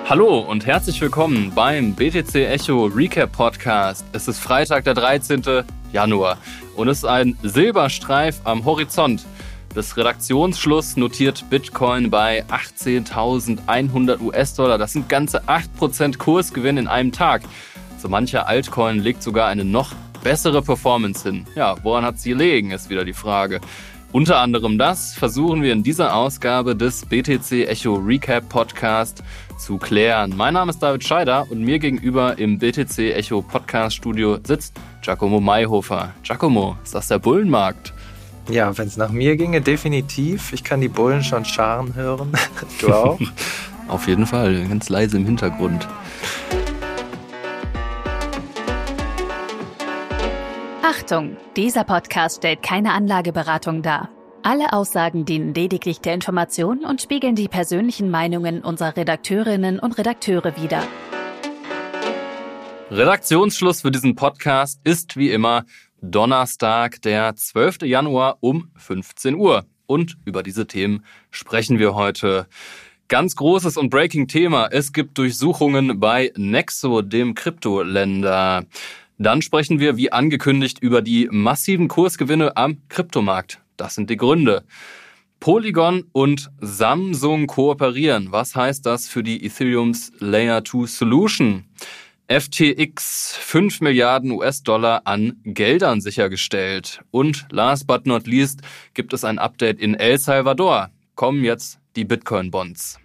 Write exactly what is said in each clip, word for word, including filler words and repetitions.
Hallo und herzlich willkommen beim B T C Echo Recap Podcast. Es ist Freitag, der dreizehnten Januar und es ist ein Silberstreif am Horizont. Bis Redaktionsschluss notiert Bitcoin bei achtzehntausendeinhundert US-Dollar. Das sind ganze acht Prozent Kursgewinn in einem Tag. So mancher Altcoin legt sogar eine noch bessere Performance hin. Ja, woran hat sie gelegen, ist wieder die Frage. Unter anderem das versuchen wir in dieser Ausgabe des B T C Echo Recap Podcast zu klären. Mein Name ist David Scheider und mir gegenüber im B T C Echo Podcast Studio sitzt Giacomo Mayhofer. Giacomo, ist das der Bullenmarkt? Ja, wenn es nach mir ginge, definitiv. Ich kann die Bullen schon scharen hören. Du auch? Auf jeden Fall, ganz leise im Hintergrund. Achtung, dieser Podcast stellt keine Anlageberatung dar. Alle Aussagen dienen lediglich der Information und spiegeln die persönlichen Meinungen unserer Redakteurinnen und Redakteure wider. Redaktionsschluss für diesen Podcast ist wie immer Donnerstag, der zwölften Januar um fünfzehn Uhr. Und über diese Themen sprechen wir heute. Ganz großes und breaking Thema. Es gibt Durchsuchungen bei Nexo, dem Kryptoländer. Dann sprechen wir, wie angekündigt, über die massiven Kursgewinne am Kryptomarkt. Das sind die Gründe. Polygon und Samsung kooperieren. Was heißt das für die Ethereums Layer zwei Solution? F T X fünf Milliarden US-Dollar an Geldern sichergestellt. Und last but not least gibt es ein Update in El Salvador. Kommen jetzt die Bitcoin-Bonds.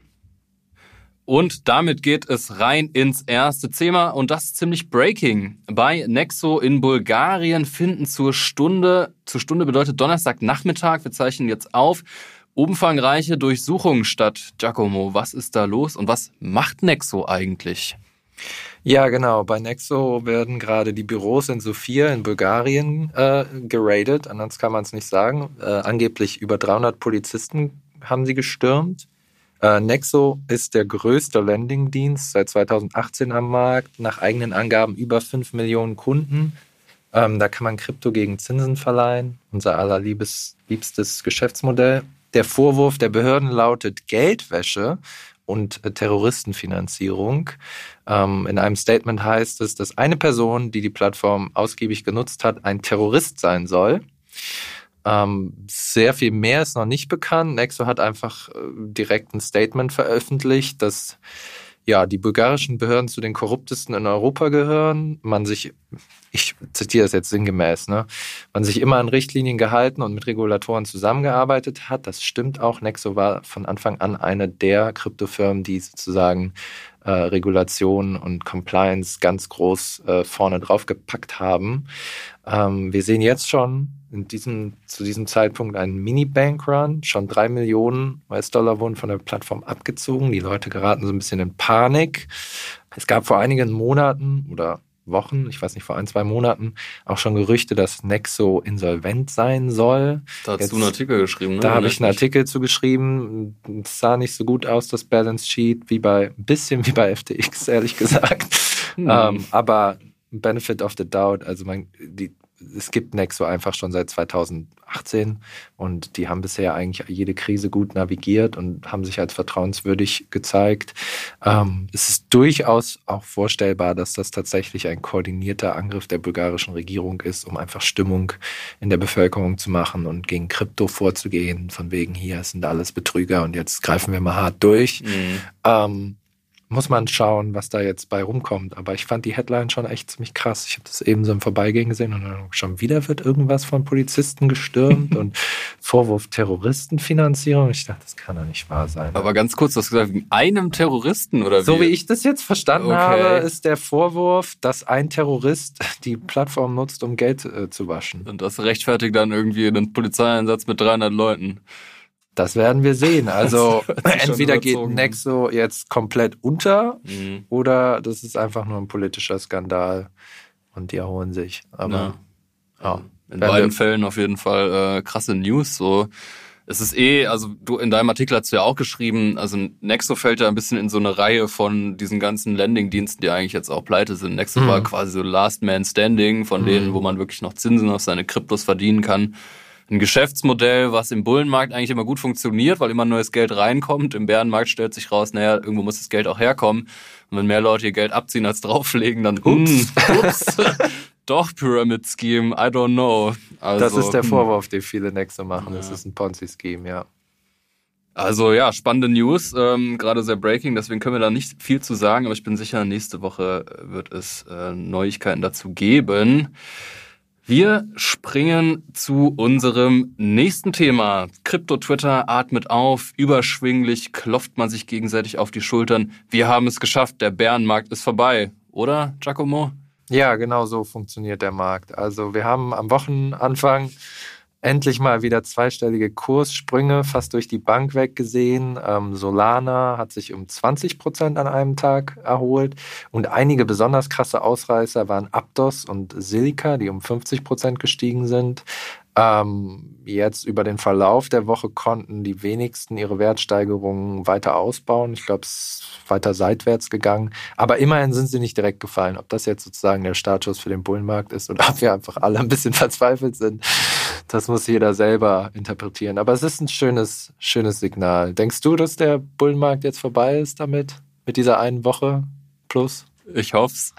Und damit geht es rein ins erste Thema und das ist ziemlich breaking. Bei Nexo in Bulgarien finden zur Stunde, zur Stunde bedeutet Donnerstagnachmittag, wir zeichnen jetzt auf, umfangreiche Durchsuchungen statt. Giacomo, was ist da los und was macht Nexo eigentlich? Ja, genau. Bei Nexo werden gerade die Büros in Sofia in Bulgarien äh, geradet, anders kann man es nicht sagen. Äh, angeblich über dreihundert Polizisten haben sie gestürmt. Uh, Nexo ist der größte Lending-Dienst seit zweitausendachtzehn am Markt, nach eigenen Angaben über fünf Millionen Kunden. Ähm, da kann man Krypto gegen Zinsen verleihen, unser allerliebstes liebstes Geschäftsmodell. Der Vorwurf der Behörden lautet Geldwäsche und äh, Terroristenfinanzierung. Ähm, in einem Statement heißt es, dass eine Person, die die Plattform ausgiebig genutzt hat, ein Terrorist sein soll. Ähm, sehr viel mehr ist noch nicht bekannt. Nexo hat einfach äh, direkt ein Statement veröffentlicht, dass ja die bulgarischen Behörden zu den korruptesten in Europa gehören. Man sich, ich zitiere das jetzt sinngemäß, ne, man sich immer an Richtlinien gehalten und mit Regulatoren zusammengearbeitet hat. Das stimmt auch. Nexo war von Anfang an eine der Kryptofirmen, die sozusagen äh, Regulation und Compliance ganz groß äh, vorne drauf gepackt haben. Ähm, wir sehen jetzt schon in diesem, zu diesem Zeitpunkt einen Mini-Bankrun. Schon drei Millionen US-Dollar wurden von der Plattform abgezogen. Die Leute geraten so ein bisschen in Panik. Es gab vor einigen Monaten oder Wochen, ich weiß nicht, vor ein, zwei Monaten, auch schon Gerüchte, dass Nexo insolvent sein soll. Da hast Jetzt, du einen Artikel geschrieben, ne? Da habe ich einen Artikel zu geschrieben. Es sah nicht so gut aus, das Balance Sheet, wie bei, ein bisschen wie bei F T X, ehrlich gesagt. Hm. Ähm, aber Benefit of the Doubt, also man, die, es gibt Nexo einfach schon seit zweitausendachtzehn und die haben bisher eigentlich jede Krise gut navigiert und haben sich als vertrauenswürdig gezeigt. Ähm, es ist durchaus auch vorstellbar, dass das tatsächlich ein koordinierter Angriff der bulgarischen Regierung ist, um einfach Stimmung in der Bevölkerung zu machen und gegen Krypto vorzugehen, von wegen hier sind alles Betrüger und jetzt greifen wir mal hart durch. Mhm. Ähm, Muss man schauen, was da jetzt bei rumkommt. Aber ich fand die Headline schon echt ziemlich krass. Ich habe das eben so im Vorbeigehen gesehen und dann schon wieder wird irgendwas von Polizisten gestürmt und Vorwurf Terroristenfinanzierung. Ich dachte, das kann doch nicht wahr sein. Aber ganz kurz, du hast gesagt, wegen einem Terroristen oder wie? So wie ich das jetzt verstanden okay. habe, ist der Vorwurf, dass ein Terrorist die Plattform nutzt, um Geld äh, zu waschen. Und das rechtfertigt dann irgendwie einen Polizeieinsatz mit dreihundert Leuten. Das werden wir sehen. Also entweder geht Nexo jetzt komplett unter mhm. oder das ist einfach nur ein politischer Skandal und die erholen sich. Aber ja. Ja, in beiden Fällen auf jeden Fall äh, krasse News. So, es ist eh, also du in deinem Artikel hast du ja auch geschrieben, also Nexo fällt ja ein bisschen in so eine Reihe von diesen ganzen Lending-Diensten, die eigentlich jetzt auch pleite sind. Nexo mhm. war quasi so Last Man Standing von mhm. denen, wo man wirklich noch Zinsen auf seine Kryptos verdienen kann. ein Geschäftsmodell, was im Bullenmarkt eigentlich immer gut funktioniert, weil immer neues Geld reinkommt. Im Bärenmarkt stellt sich raus, naja, irgendwo muss das Geld auch herkommen. Und wenn mehr Leute ihr Geld abziehen als drauflegen, dann ups, ups, doch Pyramid Scheme, I don't know. Also, das ist der Vorwurf, den viele Nexo machen. Ja. Das ist ein Ponzi-Scheme, ja. Also ja, spannende News, ähm, gerade sehr breaking, deswegen können wir da nicht viel zu sagen, aber ich bin sicher, nächste Woche wird es äh, Neuigkeiten dazu geben. Wir springen zu unserem nächsten Thema. Krypto-Twitter atmet auf, überschwinglich klopft man sich gegenseitig auf die Schultern. Wir haben es geschafft, der Bärenmarkt ist vorbei, oder, Giacomo? Ja, genau so funktioniert der Markt. Also wir haben am Wochenanfang endlich mal wieder zweistellige Kurssprünge fast durch die Bank weg gesehen. Ähm, Solana hat sich um zwanzig Prozent an einem Tag erholt und einige besonders krasse Ausreißer waren Aptos und Silica, die um fünfzig Prozent gestiegen sind. Ähm, jetzt über den Verlauf der Woche konnten die wenigsten ihre Wertsteigerungen weiter ausbauen. Ich glaube, es ist weiter seitwärts gegangen. Aber immerhin sind sie nicht direkt gefallen. Ob das jetzt sozusagen der Startschuss für den Bullenmarkt ist oder ob wir einfach alle ein bisschen verzweifelt sind, das muss jeder selber interpretieren. Aber es ist ein schönes, schönes Signal. Denkst du, dass der Bullenmarkt jetzt vorbei ist damit? Mit dieser einen Woche plus? Ich hoff's.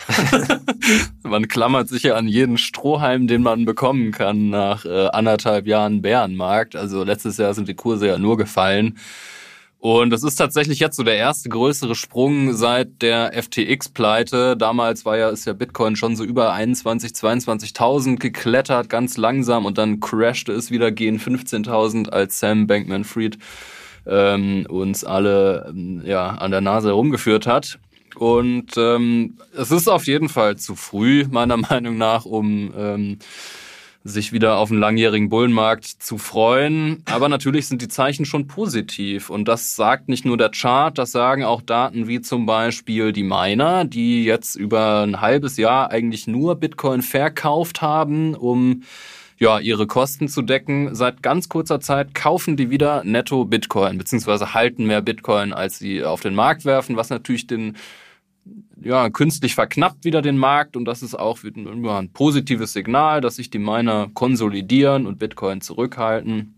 Man klammert sich ja an jeden Strohhalm, den man bekommen kann nach äh, anderthalb Jahren Bärenmarkt. Also letztes Jahr sind die Kurse ja nur gefallen. Und das ist tatsächlich jetzt so der erste größere Sprung seit der F T X-Pleite. Damals war ja, ist ja Bitcoin schon so über einundzwanzigtausend, zweiundzwanzigtausend geklettert, ganz langsam. Und dann crashte es wieder gegen fünfzehntausend, als Sam Bankman-Fried ähm, uns alle ähm, ja an der Nase herumgeführt hat. Und ähm, es ist auf jeden Fall zu früh, meiner Meinung nach, um ähm, sich wieder auf einen langjährigen Bullenmarkt zu freuen. Aber natürlich sind die Zeichen schon positiv. Und das sagt nicht nur der Chart, das sagen auch Daten wie zum Beispiel die Miner, die jetzt über ein halbes Jahr eigentlich nur Bitcoin verkauft haben, um ja ihre Kosten zu decken. Seit ganz kurzer Zeit kaufen die wieder netto Bitcoin, beziehungsweise halten mehr Bitcoin, als sie auf den Markt werfen, was natürlich den ja künstlich verknappt wieder den Markt, und das ist auch ein positives Signal, dass sich die Miner konsolidieren und Bitcoin zurückhalten.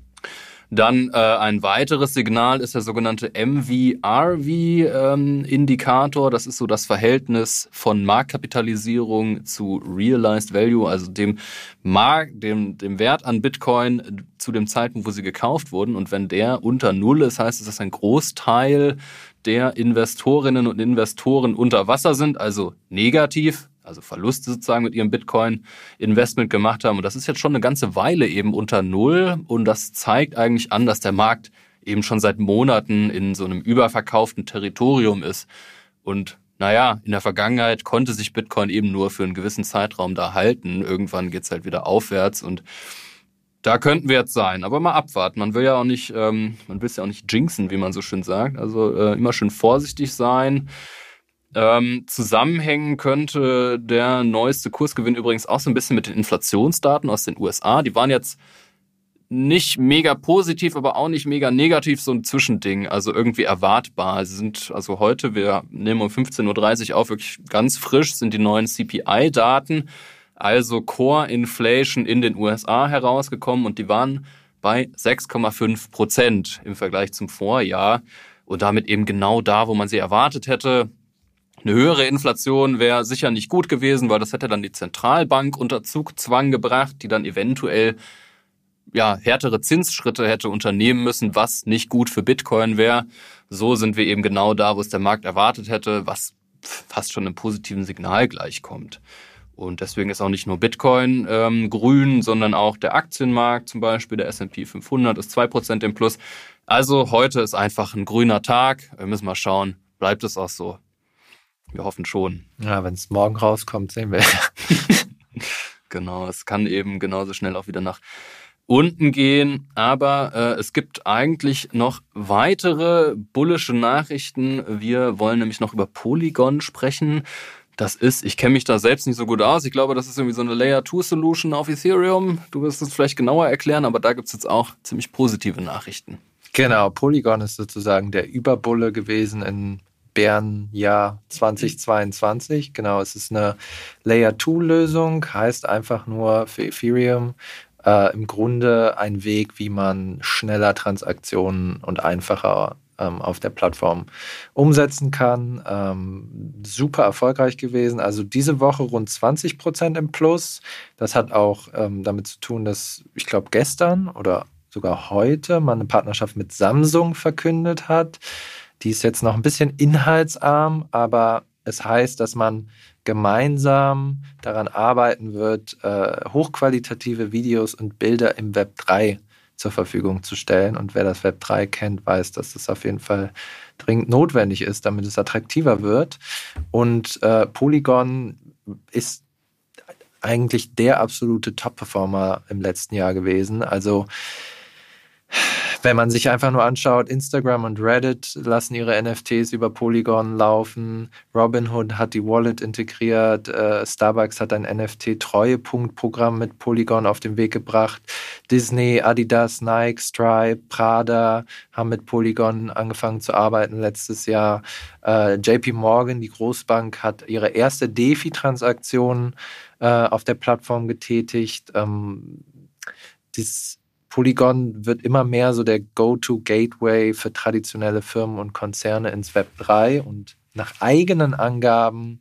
Dann äh, ein weiteres Signal ist der sogenannte M V R V-Indikator. Ähm, das ist so das Verhältnis von Marktkapitalisierung zu Realized Value, also dem, Markt, dem, dem Wert an Bitcoin zu dem Zeitpunkt, wo sie gekauft wurden. Und wenn der unter Null ist, heißt es, dass ein Großteil der Investorinnen und Investoren unter Wasser sind, also negativ, also Verluste sozusagen mit ihrem Bitcoin-Investment gemacht haben. Und das ist jetzt schon eine ganze Weile eben unter Null. Und das zeigt eigentlich an, dass der Markt eben schon seit Monaten in so einem überverkauften Territorium ist. Und naja, in der Vergangenheit konnte sich Bitcoin eben nur für einen gewissen Zeitraum da halten. Irgendwann geht's halt wieder aufwärts, und da könnten wir jetzt sein. Aber mal abwarten. Man will ja auch nicht, ähm, man will es ja auch nicht jinxen, wie man so schön sagt. Also äh, immer schön vorsichtig sein. Ähm, zusammenhängen könnte der neueste Kursgewinn übrigens auch so ein bisschen mit den Inflationsdaten aus den U S A. Die waren jetzt nicht mega positiv, aber auch nicht mega negativ, so ein Zwischending, also irgendwie erwartbar. Sie sind also heute, wir nehmen um fünfzehn Uhr dreißig auf, wirklich ganz frisch, sind die neuen C P I-Daten, also Core Inflation in den U S A herausgekommen, und die waren bei sechs Komma fünf Prozent im Vergleich zum Vorjahr und damit eben genau da, wo man sie erwartet hätte. Eine höhere Inflation wäre sicher nicht gut gewesen, weil das hätte dann die Zentralbank unter Zugzwang gebracht, die dann eventuell ja härtere Zinsschritte hätte unternehmen müssen, was nicht gut für Bitcoin wäre. So sind wir eben genau da, wo es der Markt erwartet hätte, was fast schon einem positiven Signal gleichkommt. Und deswegen ist auch nicht nur Bitcoin ähm, grün, sondern auch der Aktienmarkt, zum Beispiel der S and P fünfhundert ist zwei Prozent im Plus. Also heute ist einfach ein grüner Tag. Wir müssen mal schauen, bleibt es auch so? Wir hoffen schon. Ja, wenn es morgen rauskommt, sehen wir. Genau, es kann eben genauso schnell auch wieder nach unten gehen. Aber äh, es gibt eigentlich noch weitere bullische Nachrichten. Wir wollen nämlich noch über Polygon sprechen. Das ist, ich kenne mich da selbst nicht so gut aus. Ich glaube, das ist irgendwie so eine Layer zwei Solution auf Ethereum. Du wirst es vielleicht genauer erklären, aber da gibt es jetzt auch ziemlich positive Nachrichten. Genau, Polygon ist sozusagen der Überbulle gewesen in Bärenjahr zweitausendzweiundzwanzig. Genau, es ist eine Layer zwei Lösung, heißt einfach nur für Ethereum äh, im Grunde ein Weg, wie man schneller Transaktionen und einfacher ähm, auf der Plattform umsetzen kann. Ähm, super erfolgreich gewesen. Also diese Woche rund zwanzig Prozent im Plus. Das hat auch ähm, damit zu tun, dass ich glaube gestern oder sogar heute man eine Partnerschaft mit Samsung verkündet hat. Die ist jetzt noch ein bisschen inhaltsarm, aber es heißt, dass man gemeinsam daran arbeiten wird, äh, hochqualitative Videos und Bilder im Web drei zur Verfügung zu stellen. Und wer das Web drei kennt, weiß, dass das auf jeden Fall dringend notwendig ist, damit es attraktiver wird. Und äh, Polygon ist eigentlich der absolute Top-Performer im letzten Jahr gewesen. Also wenn man sich einfach nur anschaut, Instagram und Reddit lassen ihre N F Ts über Polygon laufen. Robinhood hat die Wallet integriert. Äh, Starbucks hat ein N F T-Treuepunktprogramm mit Polygon auf den Weg gebracht. Disney, Adidas, Nike, Stripe, Prada haben mit Polygon angefangen zu arbeiten letztes Jahr. Äh, J P Morgan, die Großbank, hat ihre erste DeFi-Transaktion äh, auf der Plattform getätigt. Ähm, das Polygon wird immer mehr so der Go-To-Gateway für traditionelle Firmen und Konzerne ins Web drei. Und nach eigenen Angaben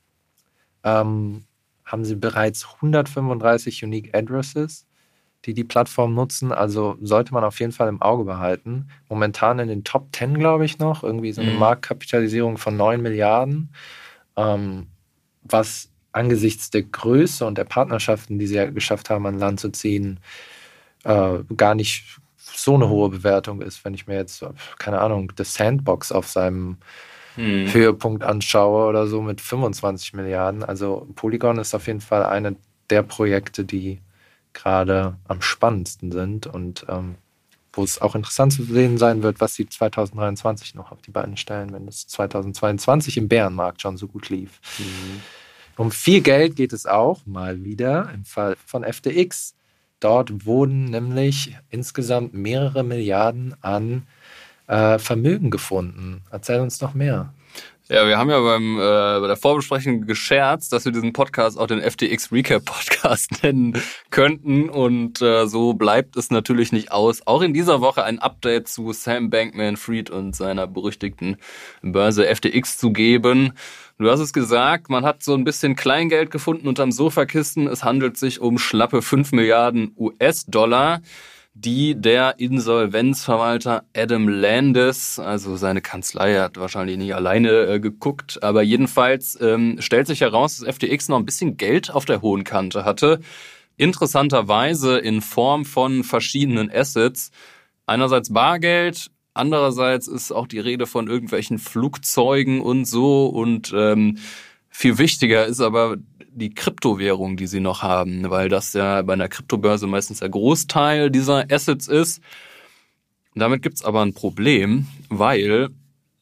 ähm, haben sie bereits hundertfünfunddreißig Unique Addresses, die die Plattform nutzen. Also sollte man auf jeden Fall im Auge behalten. Momentan in den Top zehn, glaube ich, noch. Irgendwie so eine mhm. Marktkapitalisierung von neun Milliarden. Ähm, was angesichts der Größe und der Partnerschaften, die sie ja geschafft haben, an Land zu ziehen, Äh, gar nicht so eine hohe Bewertung ist, wenn ich mir jetzt, keine Ahnung, das Sandbox auf seinem hm. Höhepunkt anschaue oder so mit fünfundzwanzig Milliarden. Also Polygon ist auf jeden Fall eine der Projekte, die gerade am spannendsten sind und ähm, wo es auch interessant zu sehen sein wird, was sie zwanzig dreiundzwanzig noch auf die Beine stellen, wenn es zwanzig zweiundzwanzig im Bärenmarkt schon so gut lief. Mhm. Um viel Geld geht es auch mal wieder im Fall von F T X. Dort wurden nämlich insgesamt mehrere Milliarden an äh, Vermögen gefunden. Erzähl uns noch mehr. Ja, wir haben ja beim äh, bei der Vorbesprechung gescherzt, dass wir diesen Podcast auch den F T X Recap Podcast nennen könnten und äh, so bleibt es natürlich nicht aus. Auch in dieser Woche ein Update zu Sam Bankman-Fried und seiner berüchtigten Börse F T X zu geben. Du hast es gesagt, man hat so ein bisschen Kleingeld gefunden unterm Sofakisten. Es handelt sich um schlappe fünf Milliarden U S-Dollar, die der Insolvenzverwalter Adam Landis, also seine Kanzlei, hat wahrscheinlich nicht alleine äh, geguckt, aber jedenfalls ähm, stellt sich heraus, dass F T X noch ein bisschen Geld auf der hohen Kante hatte. Interessanterweise in Form von verschiedenen Assets. Einerseits Bargeld, andererseits ist auch die Rede von irgendwelchen Flugzeugen und so. Und ähm, viel wichtiger ist aber die Kryptowährung, die sie noch haben, weil das ja bei einer Kryptobörse meistens der Großteil dieser Assets ist. Damit gibt's aber ein Problem, weil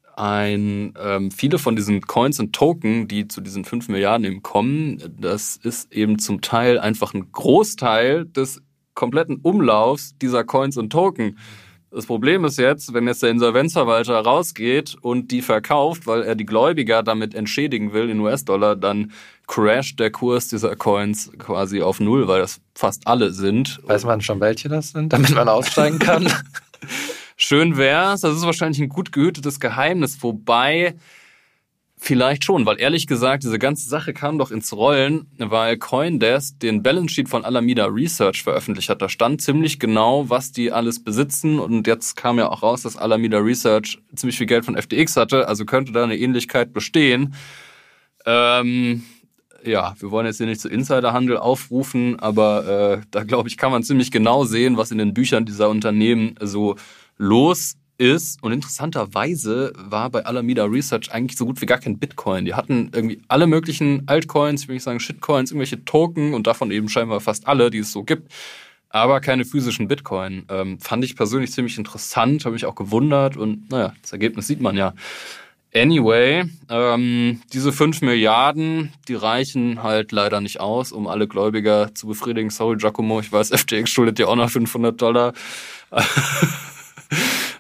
ein ähm, viele von diesen Coins und Token, die zu diesen fünf Milliarden eben kommen, das ist eben zum Teil einfach ein Großteil des kompletten Umlaufs dieser Coins und Token. Das Problem ist jetzt, wenn jetzt der Insolvenzverwalter rausgeht und die verkauft, weil er die Gläubiger damit entschädigen will in U S-Dollar, dann crasht der Kurs dieser Coins quasi auf Null, weil das fast alle sind. Weiß man schon, welche das sind, damit man aussteigen kann? Schön wär's. Das ist wahrscheinlich ein gut gehütetes Geheimnis, wobei vielleicht schon, weil ehrlich gesagt, diese ganze Sache kam doch ins Rollen, weil CoinDesk den Balance Sheet von Alameda Research veröffentlicht hat. Da stand ziemlich genau, was die alles besitzen und jetzt kam ja auch raus, dass Alameda Research ziemlich viel Geld von F T X hatte, also könnte da eine Ähnlichkeit bestehen. Ähm, ja, wir wollen jetzt hier nicht zu Insiderhandel aufrufen, aber äh, da glaube ich, kann man ziemlich genau sehen, was in den Büchern dieser Unternehmen so los ist. Und interessanterweise war bei Alameda Research eigentlich so gut wie gar kein Bitcoin. Die hatten irgendwie alle möglichen Altcoins, ich will nicht sagen Shitcoins, irgendwelche Token und davon eben scheinbar fast alle, die es so gibt, aber keine physischen Bitcoin. Ähm, fand ich persönlich ziemlich interessant, habe mich auch gewundert und naja, das Ergebnis sieht man ja. Anyway, ähm, diese fünf Milliarden, die reichen halt leider nicht aus, um alle Gläubiger zu befriedigen. Sorry, Giacomo, ich weiß, F T X schuldet dir auch noch fünfhundert Dollar.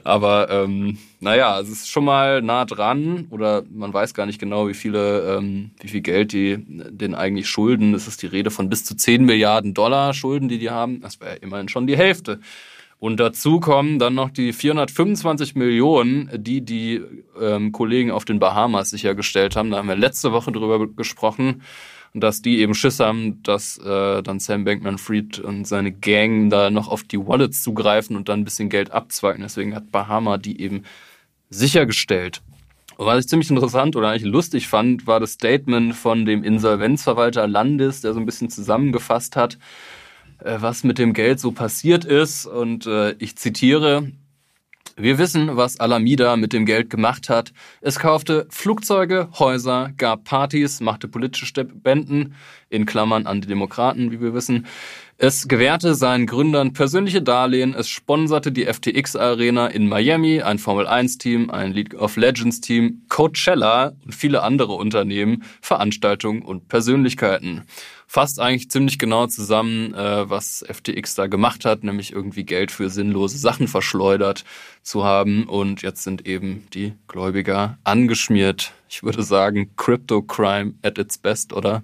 Aber ähm, naja, es ist schon mal nah dran oder man weiß gar nicht genau, wie viele, ähm, wie viel Geld die den eigentlich schulden. Es ist die Rede von bis zu zehn Milliarden Dollar Schulden, die die haben. Das wäre immerhin schon die Hälfte. Und dazu kommen dann noch die vierhundertfünfundzwanzig Millionen, die die ähm, Kollegen auf den Bahamas sichergestellt haben. Da haben wir letzte Woche drüber gesprochen, dass die eben Schiss haben, dass äh, dann Sam Bankman-Fried und seine Gang da noch auf die Wallets zugreifen und dann ein bisschen Geld abzweigen. Deswegen hat Bahama die eben sichergestellt. Und was ich ziemlich interessant oder eigentlich lustig fand, war das Statement von dem Insolvenzverwalter Landis, der so ein bisschen zusammengefasst hat, was mit dem Geld so passiert ist. Und äh, ich zitiere: Wir wissen, was Alameda mit dem Geld gemacht hat. Es kaufte Flugzeuge, Häuser, gab Partys, machte politische Spenden, in Klammern an die Demokraten, wie wir wissen. Es gewährte seinen Gründern persönliche Darlehen. Es sponserte die F T X-Arena in Miami, ein Formel eins Team, ein League of Legends Team, Coachella und viele andere Unternehmen, Veranstaltungen und Persönlichkeiten. Fasst eigentlich ziemlich genau zusammen, äh, was F T X da gemacht hat, nämlich irgendwie Geld für sinnlose Sachen verschleudert zu haben. Und jetzt sind eben die Gläubiger angeschmiert. Ich würde sagen, Crypto Crime at its best, oder?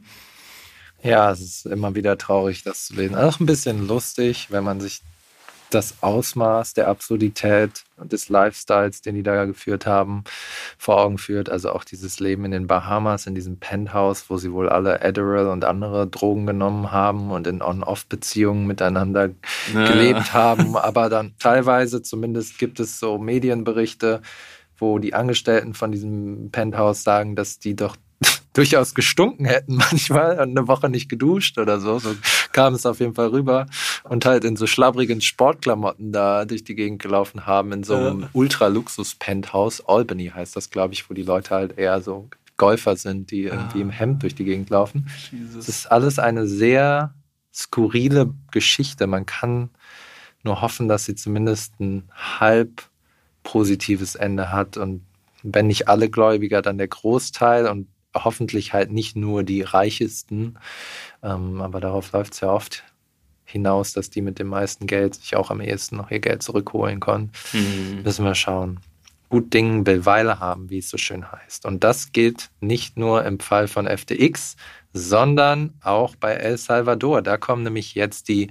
Ja, es ist immer wieder traurig, das zu lesen. Auch ein bisschen lustig, wenn man sich das Ausmaß der Absurdität und des Lifestyles, den die da geführt haben, vor Augen führt. Also auch dieses Leben in den Bahamas, in diesem Penthouse, wo sie wohl alle Adderall und andere Drogen genommen haben und in On-Off-Beziehungen miteinander ja. gelebt haben. Aber dann teilweise, zumindest gibt es so Medienberichte, wo die Angestellten von diesem Penthouse sagen, dass die doch durchaus gestunken hätten manchmal und eine Woche nicht geduscht oder so. So kam es auf jeden Fall rüber. Und halt in so schlabbrigen Sportklamotten da durch die Gegend gelaufen haben, in so einem ja. Ultra-Luxus-Penthouse. Albany heißt das, glaube ich, wo die Leute halt eher so Golfer sind, die irgendwie ah. im Hemd durch die Gegend laufen. Es ist alles eine sehr skurrile Geschichte. Man kann nur hoffen, dass sie zumindest ein halb positives Ende hat. Und wenn nicht alle Gläubiger, dann der Großteil und hoffentlich halt nicht nur die Reichesten, ähm, aber darauf läuft es ja oft hinaus, dass die mit dem meisten Geld sich auch am ehesten noch ihr Geld zurückholen können. Mhm. Müssen wir schauen. Gut Ding will Weile haben, wie es so schön heißt. Und das gilt nicht nur im Fall von F T X, sondern auch bei El Salvador. Da kommen nämlich jetzt die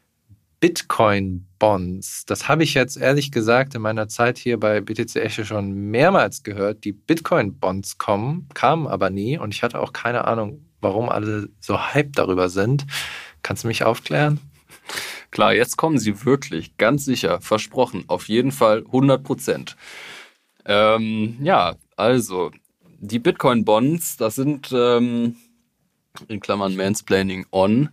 Bitcoin-Bonds. Das habe ich jetzt ehrlich gesagt in meiner Zeit hier bei B T C Echo schon mehrmals gehört. Die Bitcoin-Bonds kommen, kamen aber nie und ich hatte auch keine Ahnung, warum alle so hyped darüber sind. Kannst du mich aufklären? Klar, jetzt kommen sie wirklich, ganz sicher, versprochen, auf jeden Fall hundert Prozent. Ähm, ja, also, die Bitcoin-Bonds, das sind, ähm, in Klammern Mansplaining on,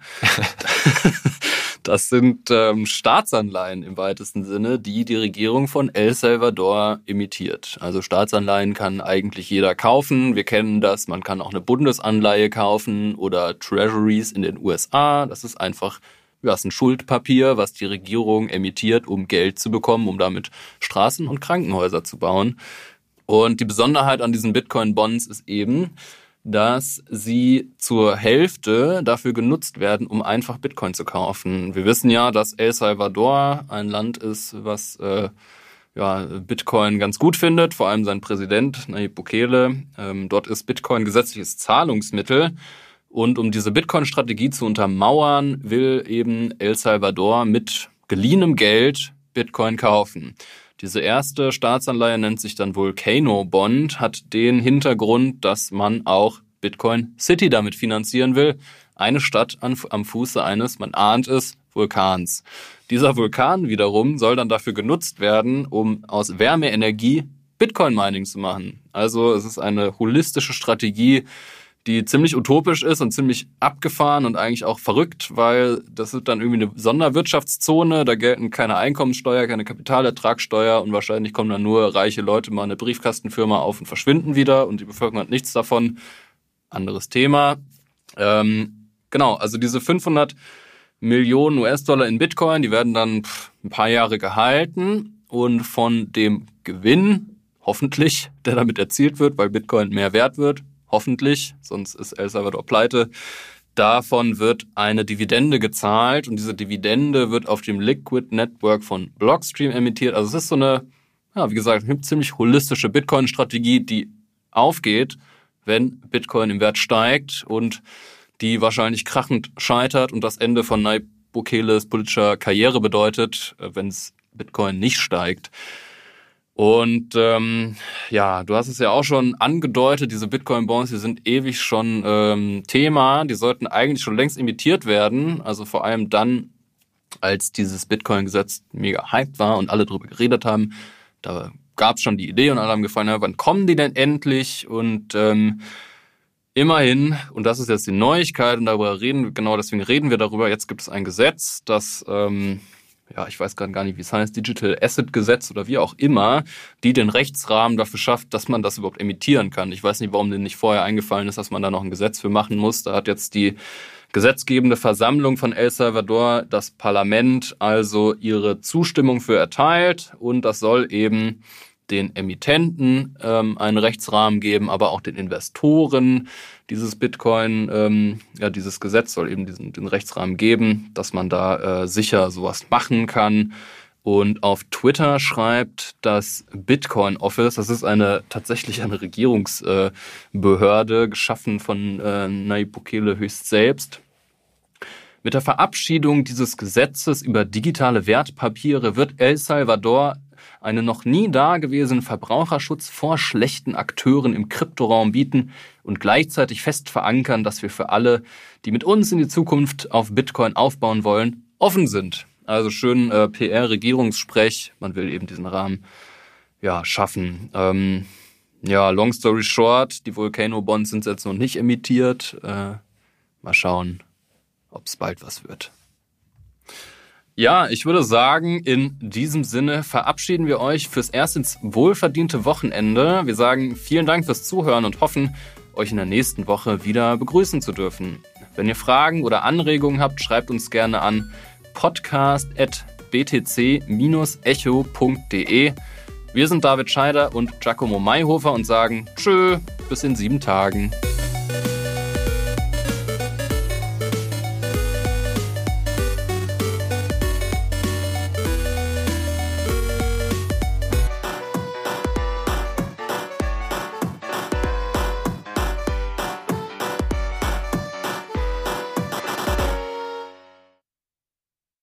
das sind ähm, Staatsanleihen im weitesten Sinne, die die Regierung von El Salvador emittiert. Also Staatsanleihen kann eigentlich jeder kaufen. Wir kennen das, man kann auch eine Bundesanleihe kaufen oder Treasuries in den U S A. Das ist einfach ja, ist ein Schuldpapier, was die Regierung emittiert, um Geld zu bekommen, um damit Straßen und Krankenhäuser zu bauen. Und die Besonderheit an diesen Bitcoin-Bonds ist eben, dass sie zur Hälfte dafür genutzt werden, um einfach Bitcoin zu kaufen. Wir wissen ja, dass El Salvador ein Land ist, was äh, ja, Bitcoin ganz gut findet, vor allem sein Präsident Nayib Bukele. Ähm, dort ist Bitcoin gesetzliches Zahlungsmittel. Und um diese Bitcoin-Strategie zu untermauern, will eben El Salvador mit geliehenem Geld Bitcoin kaufen. Diese erste Staatsanleihe nennt sich dann Volcano Bond, hat den Hintergrund, dass man auch Bitcoin City damit finanzieren will. Eine Stadt an, am Fuße eines, man ahnt es, Vulkans. Dieser Vulkan wiederum soll dann dafür genutzt werden, um aus Wärmeenergie Bitcoin-Mining zu machen. Also es ist eine holistische Strategie, die ziemlich utopisch ist und ziemlich abgefahren und eigentlich auch verrückt, weil das ist dann irgendwie eine Sonderwirtschaftszone, da gelten keine Einkommenssteuer, keine Kapitalertragssteuer und wahrscheinlich kommen dann nur reiche Leute mal eine Briefkastenfirma auf und verschwinden wieder und die Bevölkerung hat nichts davon. Anderes Thema. Ähm, genau, also diese fünfhundert Millionen U S-Dollar in Bitcoin, die werden dann ein paar Jahre gehalten und von dem Gewinn, hoffentlich, der damit erzielt wird, weil Bitcoin mehr wert wird, hoffentlich, sonst ist El Salvador pleite. Davon wird eine Dividende gezahlt und diese Dividende wird auf dem Liquid Network von Blockstream emittiert. Also es ist so eine, ja, wie gesagt, eine ziemlich holistische Bitcoin-Strategie, die aufgeht, wenn Bitcoin im Wert steigt und die wahrscheinlich krachend scheitert und das Ende von Nayib Bukeles politischer Karriere bedeutet, wenn es Bitcoin nicht steigt. Und ähm, ja, du hast es ja auch schon angedeutet, diese Bitcoin-Bonds, die sind ewig schon ähm, Thema. Die sollten eigentlich schon längst emittiert werden. Also vor allem dann, als dieses Bitcoin-Gesetz mega hyped war und alle drüber geredet haben. Da gab es schon die Idee und alle haben gefragt, na, wann kommen die denn endlich? Und ähm, immerhin, und das ist jetzt die Neuigkeit, und darüber reden, genau deswegen reden wir darüber, jetzt gibt es ein Gesetz, das... Ähm, ja, ich weiß gerade gar nicht, wie es heißt, Digital Asset Gesetz oder wie auch immer, die den Rechtsrahmen dafür schafft, dass man das überhaupt emittieren kann. Ich weiß nicht, warum denen nicht vorher eingefallen ist, dass man da noch ein Gesetz für machen muss. Da hat jetzt die gesetzgebende Versammlung von El Salvador, das Parlament, also ihre Zustimmung für erteilt und das soll eben den Emittenten ähm, einen Rechtsrahmen geben, aber auch den Investoren. Dieses Bitcoin, ähm, ja, dieses Gesetz soll eben diesen den Rechtsrahmen geben, dass man da äh, sicher sowas machen kann. Und auf Twitter schreibt das Bitcoin Office, das ist eine tatsächlich eine Regierungsbehörde, äh, geschaffen von äh, Nayib Bukele höchst selbst. Mit der Verabschiedung dieses Gesetzes über digitale Wertpapiere wird El Salvador einen noch nie dagewesenen Verbraucherschutz vor schlechten Akteuren im Kryptoraum bieten und gleichzeitig fest verankern, dass wir für alle, die mit uns in die Zukunft auf Bitcoin aufbauen wollen, offen sind. Also schön äh, P R-Regierungssprech. Man will eben diesen Rahmen ja schaffen. Ähm, ja, long story short, die Volcano-Bonds sind jetzt noch nicht emittiert. Äh, mal schauen, ob es bald was wird. Ja, ich würde sagen, in diesem Sinne verabschieden wir euch fürs erst ins wohlverdiente Wochenende. Wir sagen vielen Dank fürs Zuhören und hoffen, euch in der nächsten Woche wieder begrüßen zu dürfen. Wenn ihr Fragen oder Anregungen habt, schreibt uns gerne an podcast at b t c dash echo punkt d e. Wir sind David Scheider und Giacomo Mayhofer und sagen tschö, bis in sieben Tagen.